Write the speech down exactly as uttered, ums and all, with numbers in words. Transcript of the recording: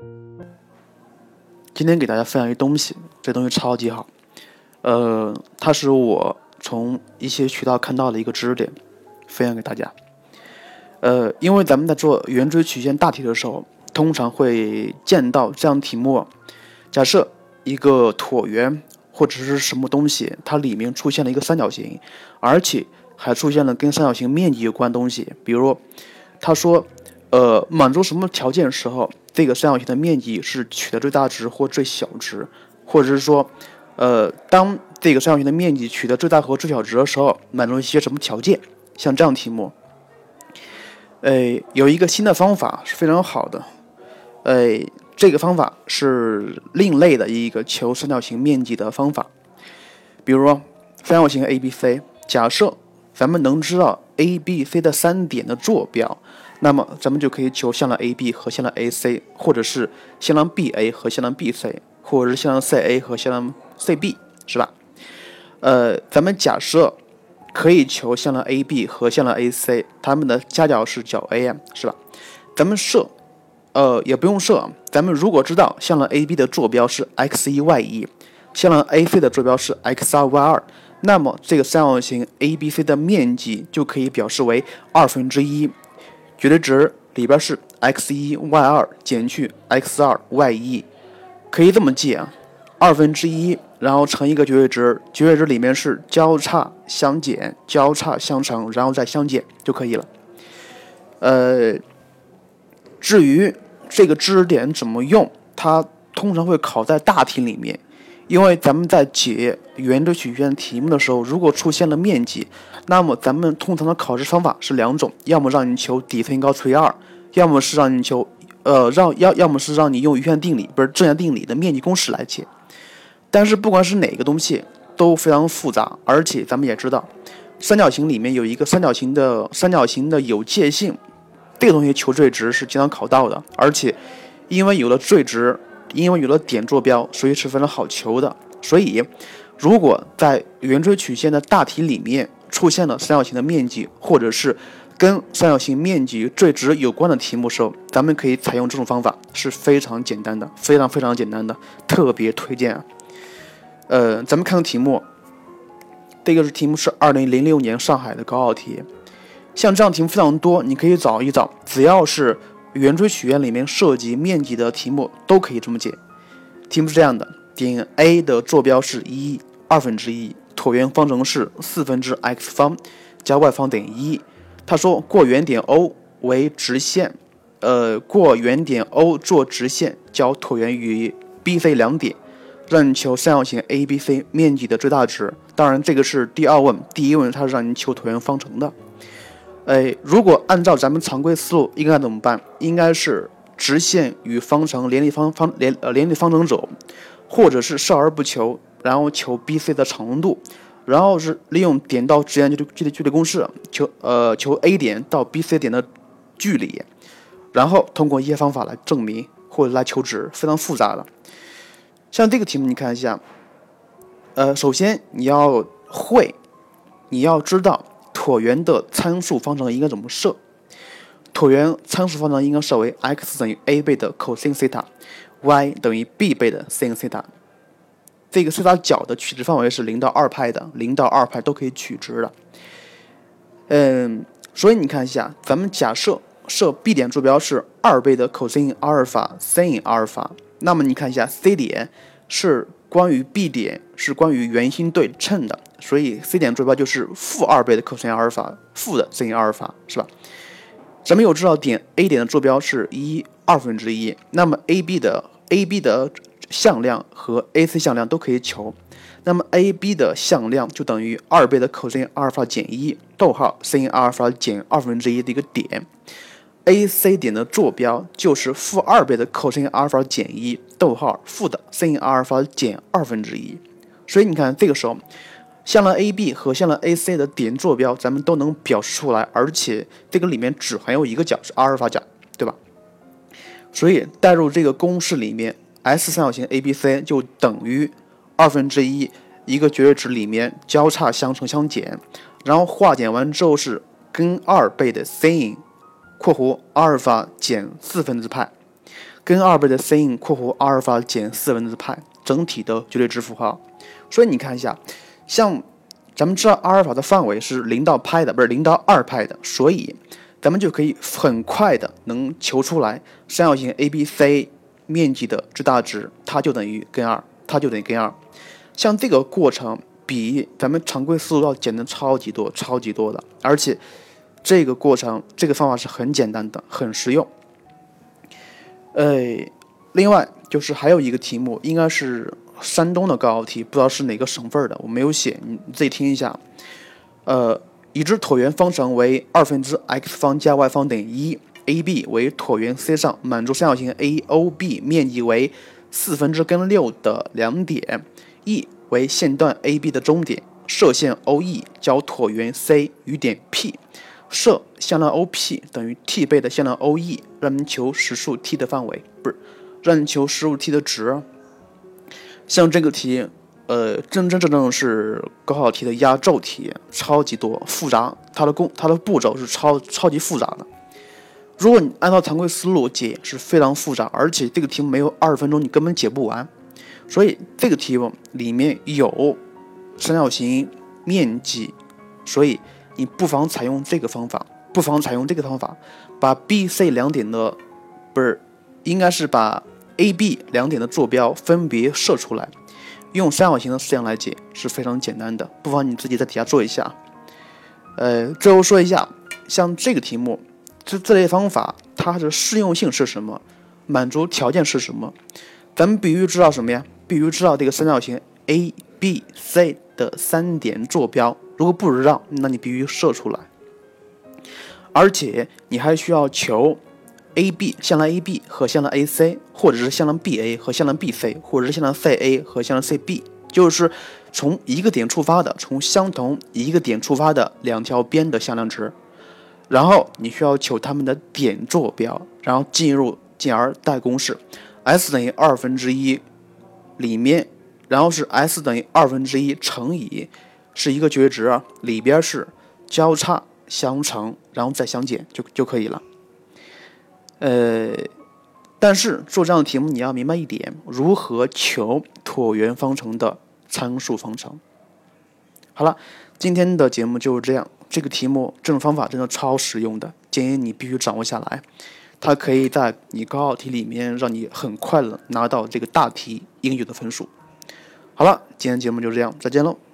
今天给大家分享一东西，这东西超级好，呃，它是我从一些渠道看到的一个知识点，分享给大家。呃，因为咱们在做圆锥曲线大题的时候，通常会见到这样的题目：假设一个椭圆或者是什么东西，它里面出现了一个三角形，而且还出现了跟三角形面积有关的东西，比如他说，呃，满足什么条件的时候，这个三角形的面积是取得最大值或最小值，或者是说，呃，当这个三角形的面积取得最大和最小值的时候，满足一些什么条件？像这样的题目，呃，有一个新的方法是非常好的，呃，这个方法是另类的一个求三角形面积的方法。比如说三角形 A B C， 假设咱们能知道 A B C 的三点的坐标，那么咱们就可以求向量 A B 和向量 A C， 或者是向量 B A 和向量 B C， 或者是向量 C A 和向量 C B， 是吧？呃，咱们假设可以求向量 A B 和向量 A C， 它们的夹角是角 A M， 是吧？咱们设，呃，也不用设，咱们如果知道向量 A B 的坐标是 x 一 y 一， 向量 A C 的坐标是 x 二 y 二，那么这个三角形 A B C 的面积就可以表示为二分之一，绝对值里边是 x 一 y 二 减去 x 二 y 一，可以这么记啊，二分之一，然后乘一个绝对值，绝对值里面是交叉相减、交叉相乘，然后再相减就可以了。呃，至于这个知识点怎么用，它通常会考在大题里面。因为咱们在解圆锥曲线题目的时候，如果出现了面积，那么咱们通常的考试方法是两种，要么让你求底乘以高除以二，要么是让你求呃让要要么是让你用余弦定理，不是正弦定理的面积公式来解。但是不管是哪个东西都非常复杂，而且咱们也知道，三角形里面有一个三角形的三角形的有界性，这个东西求最值是经常考到的，而且因为有了最值。因为有了点坐标，所以是非常好求的。所以，如果在圆锥曲线的大题里面出现了三角形的面积，或者是跟三角形面积最值有关的题目的时候，咱们可以采用这种方法，是非常简单的，非常非常简单的，特别推荐啊。呃，咱们看个题目，这个是题目是二零零六年上海的高考题，像这样题目非常多，你可以找一找，只要是圆锥曲线里面涉及面积的题目都可以这么解。题目是这样的：点 A 的坐标是一二分之一，椭圆方程是四分之 x 方加 y 方等于一。他说过原点 O 为直线，呃，过原点 O 做直线，交椭圆与 B C 两点，让你求三角形 A B C 面积的最大值。当然，这个是第二问，第一问它是让你求椭圆方程的。哎，如果按照咱们常规思路，应该怎么办？应该是直线与方程联立方方联呃联立方程轴，或者是少而不求，然后求 B C 的长度，然后是利用点到直线距离距离距离公式求呃求 A 点到 B C 点的距离，然后通过一些方法来证明或者来求值，非常复杂的。像这个题目你看一下，呃，首先你要会，你要知道椭圆的参数方程应该怎么设？椭圆参数方程应该设为 x 等于 a 倍的 cos 西塔 ，y 等于 b 倍的 sin 西塔。这个西塔角的取值范围是零到二派的，零到二派都可以取值的。嗯，所以你看一下，咱们假设设 B 点坐标是二倍的 cos 阿尔法 sin 阿尔法，那么你看一下 C 点是关于 B 点是关于圆心对称的。所以 C 点坐标就是负二倍的 cos 阿尔法，负的 sin 阿尔法，是吧？咱们有知道点 A 点的坐标是一二分之一，那么 AB 的 AB 的向量和 AC 向量都可以求，那么 AB 的向量就等于二倍的 cos 阿尔法减一，逗号 sin 阿尔法减二分之一的一个点。AC 点的坐标就是负二倍的 cos 阿尔法减一，逗号负的 sin 阿尔法减二分之一。所以你看这个时候。向量 A B 和向量 A C 的点坐标咱们都能表示出来，而且这个里面只含有一个角是阿尔法角，对吧？所以代入这个公式里面 ，S 三角形 A B C 就等于二分之一一个绝对值里面交叉相乘相减，然后化简完之后是根二倍的 sin 括弧阿尔法减四分之派根二倍的 sin 括弧阿尔法减四分之派整体的绝对值符号。所以你看一下，像咱们知道阿尔法的范围是零到派的，不是零到二派的，所以咱们就可以很快的能求出来三角形 A B C 面积的最大值，它就等于根二，它就等于根二。像这个过程比咱们常规思路要简单超级多、超级多的，而且这个过程、这个方法是很简单的，很实用。呃，另外就是还有一个题目，应该是山东的高考题，不知道是哪个省份的，我没有写，你自己听一下。呃，已知椭圆方程为二分之 x 方加 y 方等于一 ，A B 为椭圆 C 上满足三角形 A O B 面积为四分之根六的两点 ，E 为线段 A B 的中点，射线 O E 交椭圆 C 与点 P， 设向量 O P 等于 t 倍的向量 O E， 让你求实数 t 的范围，不是让你求实数 t 的值。像这个题，呃，真真正正是高考题的压轴题，超级多，复杂，它的工它的步骤是超超级复杂的。如果你按照常规思路解是非常复杂，而且这个题目没有二十分钟你根本解不完。所以这个题目里面有三角形面积，所以你不妨采用这个方法，不妨采用这个方法，把 B、C 两点的不是，应该是把 A、B 两点的坐标分别设出来，用三角形的式样来解是非常简单的，不妨你自己在底下做一下。呃，最后说一下，像这个题目，这这类方法它的适用性是什么？满足条件是什么？咱们必须知道什么呀？必须知道这个三角形 A、B、C 的三点坐标。如果不知道，那你必须设出来。而且你还需要求 A B 向量 A B 和向量 A C， 或者是向量 B A 和向量 B C， 或者是向量 C A 和向量 C B， 就是从一个点出发的，从相同一个点出发的两条边的向量值。然后你需要求它们的点坐标，然后进入进而代公式 ，S 等于二分之一里面，然后是 S 等于二分之一乘以是一个绝对值，里边是交叉相乘，然后再相减就就可以了。呃，但是做这样的题目你要明白一点，如何求椭圆方程的参数方程。好了，今天的节目就是这样。这个题目这种方法真的超实用的，建议你必须掌握下来。它可以在你高考题里面让你很快的拿到这个大题英语的分数。好了，今天节目就这样，再见喽。